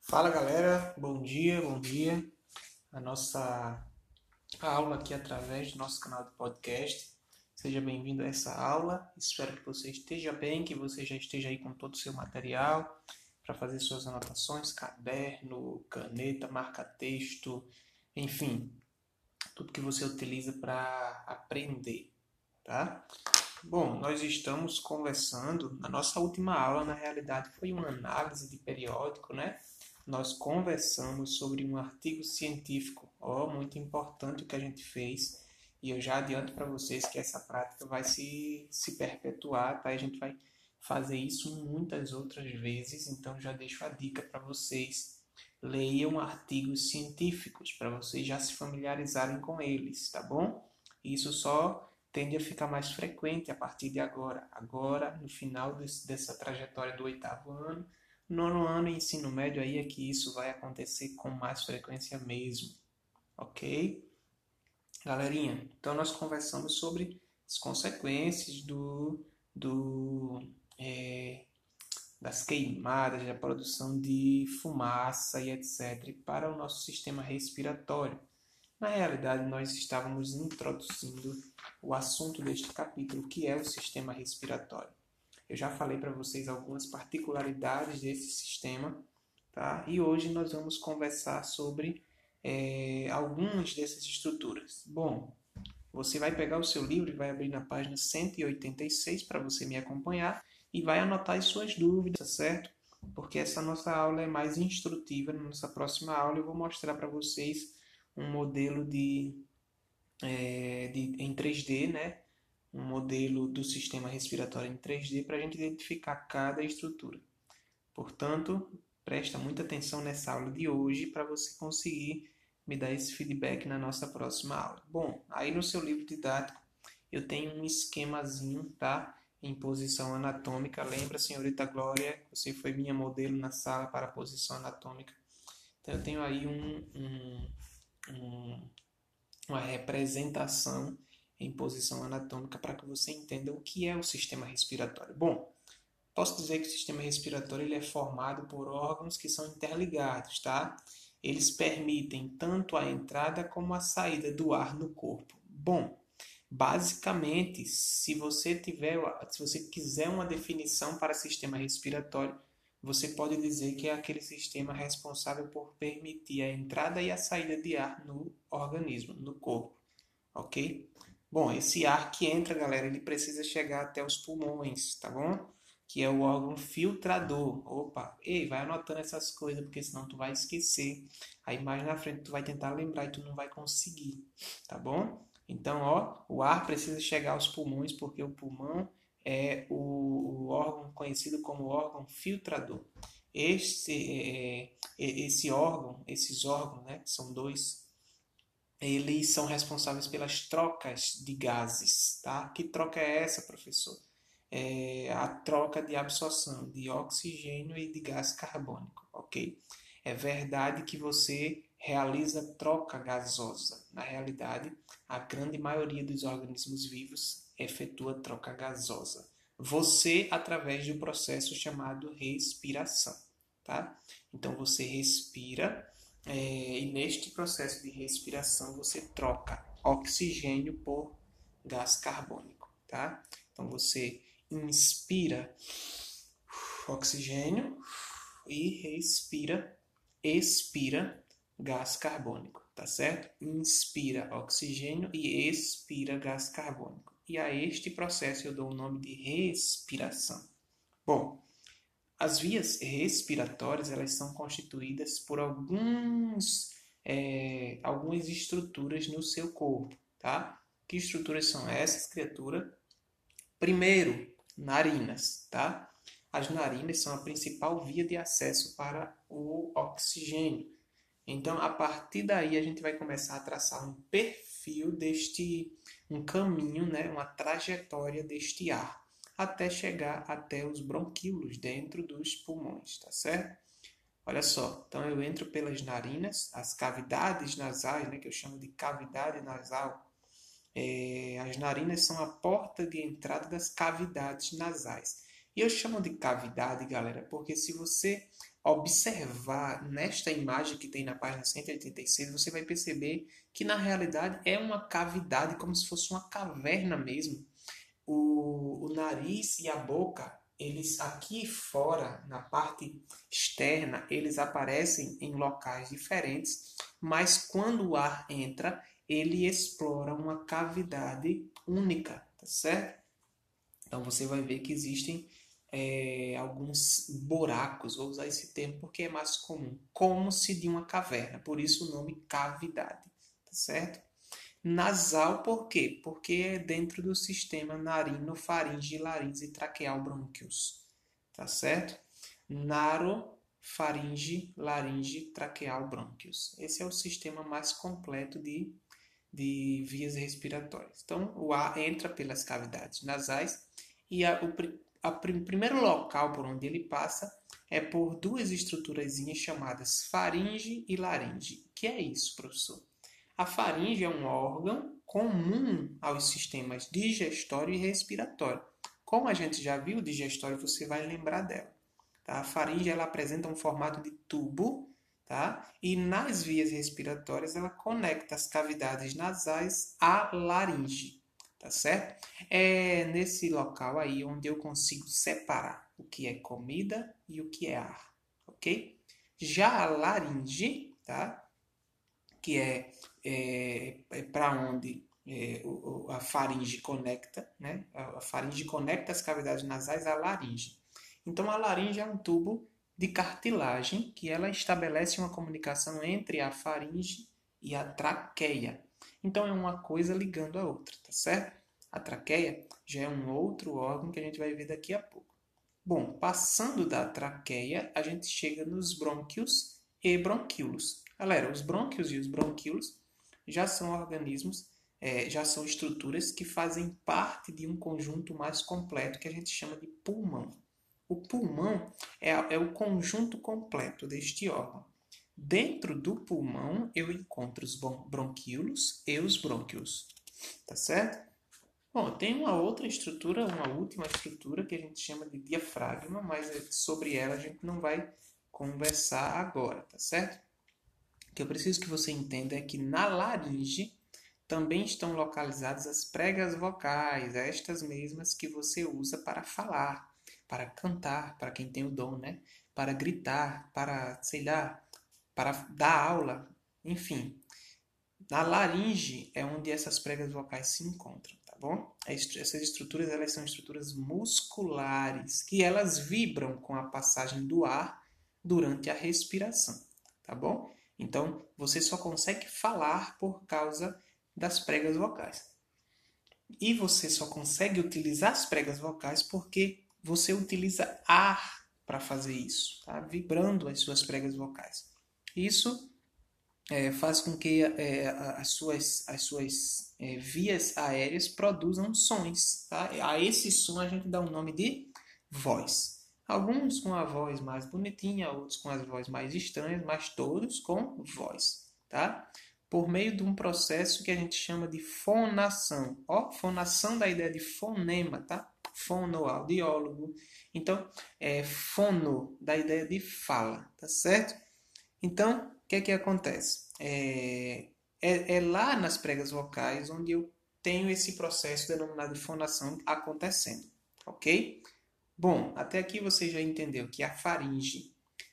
Fala galera, bom dia, bom dia. A nossa aula aqui através do nosso canal de podcast. Seja bem-vindo a essa aula. Espero que você esteja bem, que você já esteja aí com todo o seu material para fazer suas anotações, caderno, caneta, marca-texto, enfim, tudo que você utiliza para aprender, tá? Bom, nós estamos conversando, na nossa última aula, na realidade, foi uma análise de periódico, né? Nós conversamos sobre um artigo científico, muito importante o que a gente fez, e eu já adianto para vocês que essa prática vai se perpetuar, tá? A gente vai fazer isso muitas outras vezes, então já deixo a dica para vocês. Leiam artigos científicos, para vocês já se familiarizarem com eles, tá bom? Isso só tende a ficar mais frequente a partir de agora. Agora, no final dessa trajetória do oitavo ano, nono ano e ensino médio, aí é que isso vai acontecer com mais frequência mesmo, ok? Galerinha, então nós conversamos sobre as consequências do, é, das queimadas, da produção de fumaça e etc. para o nosso sistema respiratório. Na realidade, nós estávamos introduzindo o assunto deste capítulo, que é o sistema respiratório. Eu já falei para vocês algumas particularidades desse sistema, tá? E hoje nós vamos conversar sobre algumas dessas estruturas. Bom, você vai pegar o seu livro e vai abrir na página 186 para você me acompanhar e vai anotar as suas dúvidas, certo? Porque essa nossa aula é mais instrutiva. Na nossa próxima aula eu vou mostrar para vocês um modelo em 3D, né? Um modelo do sistema respiratório em 3D para a gente identificar cada estrutura. Portanto, presta muita atenção nessa aula de hoje para você conseguir me dar esse feedback na nossa próxima aula. Bom, aí no seu livro didático eu tenho um esquemazinho, tá? Em posição anatômica. Lembra, senhorita Glória, você foi minha modelo na sala para a posição anatômica. Então eu tenho aí um uma representação em posição anatômica para que você entenda o que é o sistema respiratório. Bom, posso dizer que o sistema respiratório ele é formado por órgãos que são interligados, tá? Eles permitem tanto a entrada como a saída do ar no corpo. Bom, basicamente, se você quiser uma definição para sistema respiratório, você pode dizer que é aquele sistema responsável por permitir a entrada e a saída de ar no organismo, no corpo, ok? Bom, esse ar que entra, galera, ele precisa chegar até os pulmões, tá bom? Que é o órgão filtrador. Opa, ei, vai anotando essas coisas, porque senão tu vai esquecer. Aí mais na frente tu vai tentar lembrar e tu não vai conseguir, tá bom? Então, ó, o ar precisa chegar aos pulmões, porque o pulmão é o órgão conhecido como órgão filtrador. Esse órgão, esses órgãos, né, são dois, eles são responsáveis pelas trocas de gases, tá? Que troca é essa, professor? É a troca de absorção de oxigênio e de gás carbônico, ok? É verdade que você realiza troca gasosa. Na realidade, a grande maioria dos organismos vivos efetua troca gasosa. Você, através de um processo chamado respiração, tá? Então, você respira e neste processo de respiração você troca oxigênio por gás carbônico, tá? Então você inspira oxigênio e expira gás carbônico, tá certo? Inspira oxigênio e expira gás carbônico. E a este processo eu dou o nome de respiração. Bom, as vias respiratórias elas são constituídas por algumas estruturas no seu corpo, tá? Que estruturas são essas, criatura? Primeiro, narinas, tá? As narinas são a principal via de acesso para o oxigênio. Então, a partir daí, a gente vai começar a traçar um perfil um caminho, né, uma trajetória deste ar, até chegar até os bronquíolos dentro dos pulmões, tá certo? Olha só, então eu entro pelas narinas, as cavidades nasais, né, que eu chamo de cavidade nasal. As narinas são a porta de entrada das cavidades nasais. E eu chamo de cavidade, galera, porque se você observar nesta imagem que tem na página 186, você vai perceber que na realidade é uma cavidade, como se fosse uma caverna mesmo. O nariz e a boca, eles aqui fora, na parte externa, eles aparecem em locais diferentes, mas quando o ar entra, ele explora uma cavidade única, tá certo? Então você vai ver que existem alguns buracos, vou usar esse termo porque é mais comum, como se de uma caverna, por isso o nome cavidade, tá certo? Nasal, por quê? Porque é dentro do sistema narino, faringe, laringe e traqueal brônquios, tá certo? Naro, faringe, laringe, traqueal brônquios. Esse é o sistema mais completo de vias respiratórias. Então, o ar entra pelas cavidades nasais e o primeiro local por onde ele passa é por duas estruturas chamadas faringe e laringe. O que é isso, professor? A faringe é um órgão comum aos sistemas digestório e respiratório. Como a gente já viu o digestório, você vai lembrar dela. Tá? A faringe ela apresenta um formato de tubo, tá? E nas vias respiratórias ela conecta as cavidades nasais à laringe, tá certo? É nesse local aí onde eu consigo separar o que é comida e o que é ar, ok? Já a laringe, tá? Que é para onde a faringe conecta, né? A faringe conecta as cavidades nasais à laringe. Então, a laringe é um tubo de cartilagem que ela estabelece uma comunicação entre a faringe e a traqueia. Então, é uma coisa ligando a outra, tá certo? A traqueia já é um outro órgão que a gente vai ver daqui a pouco. Bom, passando da traqueia, a gente chega nos brônquios e bronquíolos. Galera, os brônquios e os bronquíolos já são organismos, já são estruturas que fazem parte de um conjunto mais completo que a gente chama de pulmão. O pulmão é o conjunto completo deste órgão. Dentro do pulmão eu encontro os bronquíolos e os brônquios, tá certo? Bom, tem uma outra estrutura, uma última estrutura que a gente chama de diafragma, mas sobre ela a gente não vai conversar agora, tá certo? O que eu preciso que você entenda é que na laringe também estão localizadas as pregas vocais, estas mesmas que você usa para falar, para cantar, para quem tem o dom, né? Para gritar, para, sei lá, para dar aula, enfim. Na laringe é onde essas pregas vocais se encontram, tá bom? Essas estruturas elas são estruturas musculares, que elas vibram com a passagem do ar durante a respiração, tá bom? Então, você só consegue falar por causa das pregas vocais. E você só consegue utilizar as pregas vocais porque você utiliza ar para fazer isso, tá? Vibrando as suas pregas vocais. Isso faz com que as suas vias aéreas produzam sons. Tá? A esse som a gente dá o nome de voz. Alguns com a voz mais bonitinha, outros com as vozes mais estranhas, mas todos com voz. Tá? Por meio de um processo que a gente chama de fonação. Ó, fonação da ideia de fonema, tá? Fonoaudiólogo. Então, fono da ideia de fala, tá certo? Então, o que é que acontece? É lá nas pregas vocais onde eu tenho esse processo denominado de fonação acontecendo, ok? Bom, até aqui você já entendeu que a faringe,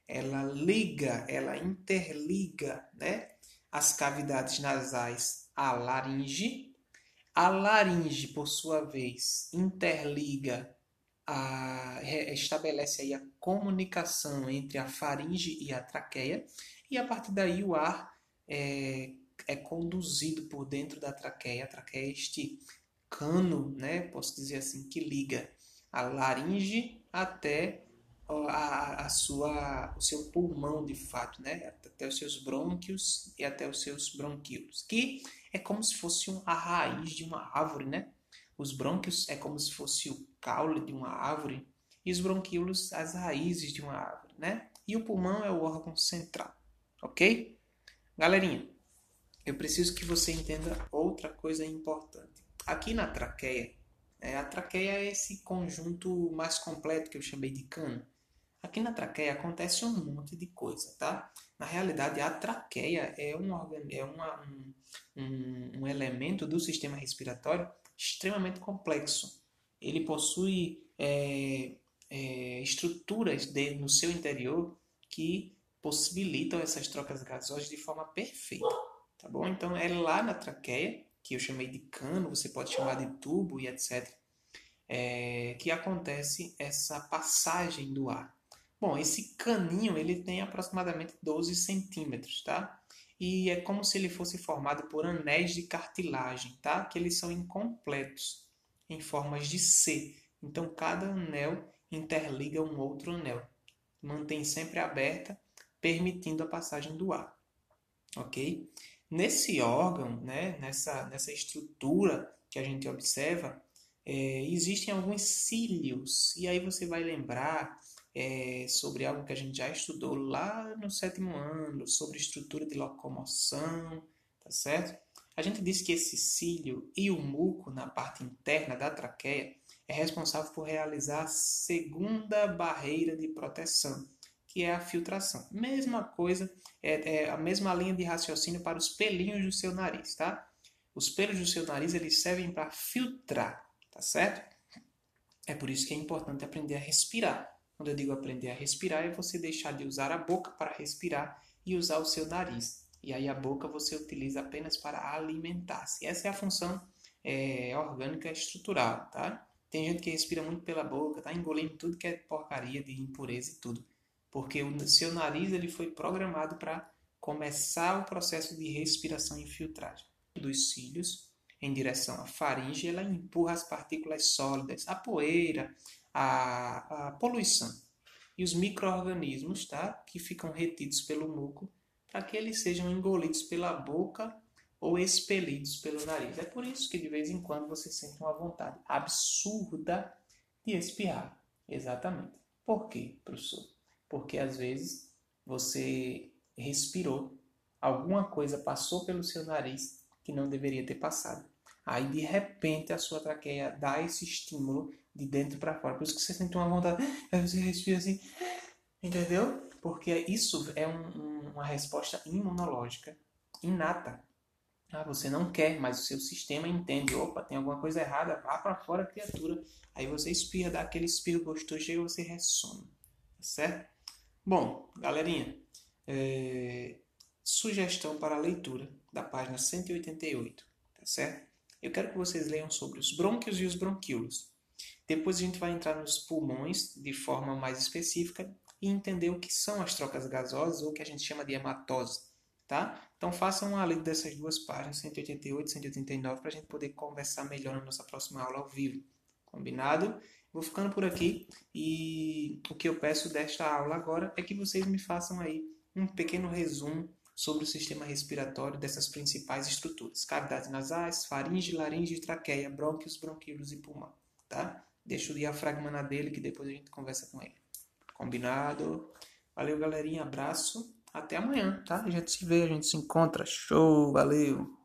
ela interliga, né, as cavidades nasais à laringe. A laringe, por sua vez, interliga estabelece aí a comunicação entre a faringe e a traqueia, e a partir daí o ar é conduzido por dentro da traqueia. A traqueia é este cano, né, posso dizer assim, que liga a laringe até o seu pulmão de fato, né, até os seus brônquios e até os seus bronquíolos, que é como se fosse a raiz de uma árvore, né? Os brônquios é como se fosse o caule de uma árvore e os bronquíolos as raízes de uma árvore, né? E o pulmão é o órgão central, ok? Galerinha, eu preciso que você entenda outra coisa importante. Aqui na traqueia, a traqueia é esse conjunto mais completo que eu chamei de cano. Aqui na traqueia acontece um monte de coisa, tá? Na realidade, a traqueia é um elemento do sistema respiratório extremamente complexo. Ele possui estruturas no seu interior que possibilitam essas trocas gasosas de forma perfeita, tá bom? Então, é lá na traqueia, que eu chamei de cano, você pode chamar de tubo e etc., que acontece essa passagem do ar. Bom, esse caninho ele tem aproximadamente 12 centímetros, tá? E é como se ele fosse formado por anéis de cartilagem, tá? Que eles são incompletos, em formas de C. Então, cada anel interliga um outro anel. Mantém sempre aberta, permitindo a passagem do ar, ok? Nesse órgão, né, nessa estrutura que a gente observa, existem alguns cílios, e aí você vai lembrar sobre algo que a gente já estudou lá no 7º ano, sobre estrutura de locomoção, tá certo? A gente disse que esse cílio e o muco na parte interna da traqueia é responsável por realizar a segunda barreira de proteção, que é a filtração. Mesma coisa, é a mesma linha de raciocínio para os pelinhos do seu nariz, tá? Os pelos do seu nariz eles servem para filtrar, tá certo? É por isso que é importante aprender a respirar. Quando eu digo aprender a respirar, é você deixar de usar a boca para respirar e usar o seu nariz. E aí a boca você utiliza apenas para alimentar-se. Essa é a função orgânica estrutural, tá? Tem gente que respira muito pela boca, tá engolindo tudo que é porcaria de impureza e tudo. Porque o seu nariz ele foi programado para começar o processo de respiração e filtragem dos cílios em direção à faringe, ela empurra as partículas sólidas, a poeira, a poluição e os micro-organismos, tá? Que ficam retidos pelo muco para que eles sejam engolidos pela boca ou expelidos pelo nariz. É por isso que de vez em quando você sente uma vontade absurda de espirrar. Exatamente. Por quê, professor? Porque às vezes você respirou, alguma coisa passou pelo seu nariz que não deveria ter passado. Aí de repente a sua traqueia dá esse estímulo de dentro para fora. Por isso que você sente uma vontade, aí você respira assim, entendeu? Porque isso é uma resposta imunológica inata. Você não quer, mas o seu sistema entende, opa, tem alguma coisa errada, vá para fora, criatura. Aí você espirra, dá aquele espirro gostoso, chega e você ressona, tá certo? Bom, galerinha, sugestão para a leitura da página 188, tá certo? Eu quero que vocês leiam sobre os brônquios e os bronquíolos. Depois a gente vai entrar nos pulmões de forma mais específica e entender o que são as trocas gasosas ou o que a gente chama de hematose, tá? Então façam uma lida dessas duas páginas, 188 e 189, para a gente poder conversar melhor na nossa próxima aula ao vivo. Combinado? Vou ficando por aqui e o que eu peço desta aula agora é que vocês me façam aí um pequeno resumo sobre o sistema respiratório dessas principais estruturas: cavidades nasais, faringe, laringe, traqueia, brônquios, bronquíolos e pulmão, tá? Deixa o diafragma na dele que depois a gente conversa com ele. Combinado? Valeu, galerinha. Abraço. Até amanhã, tá? A gente se vê, a gente se encontra. Show, valeu!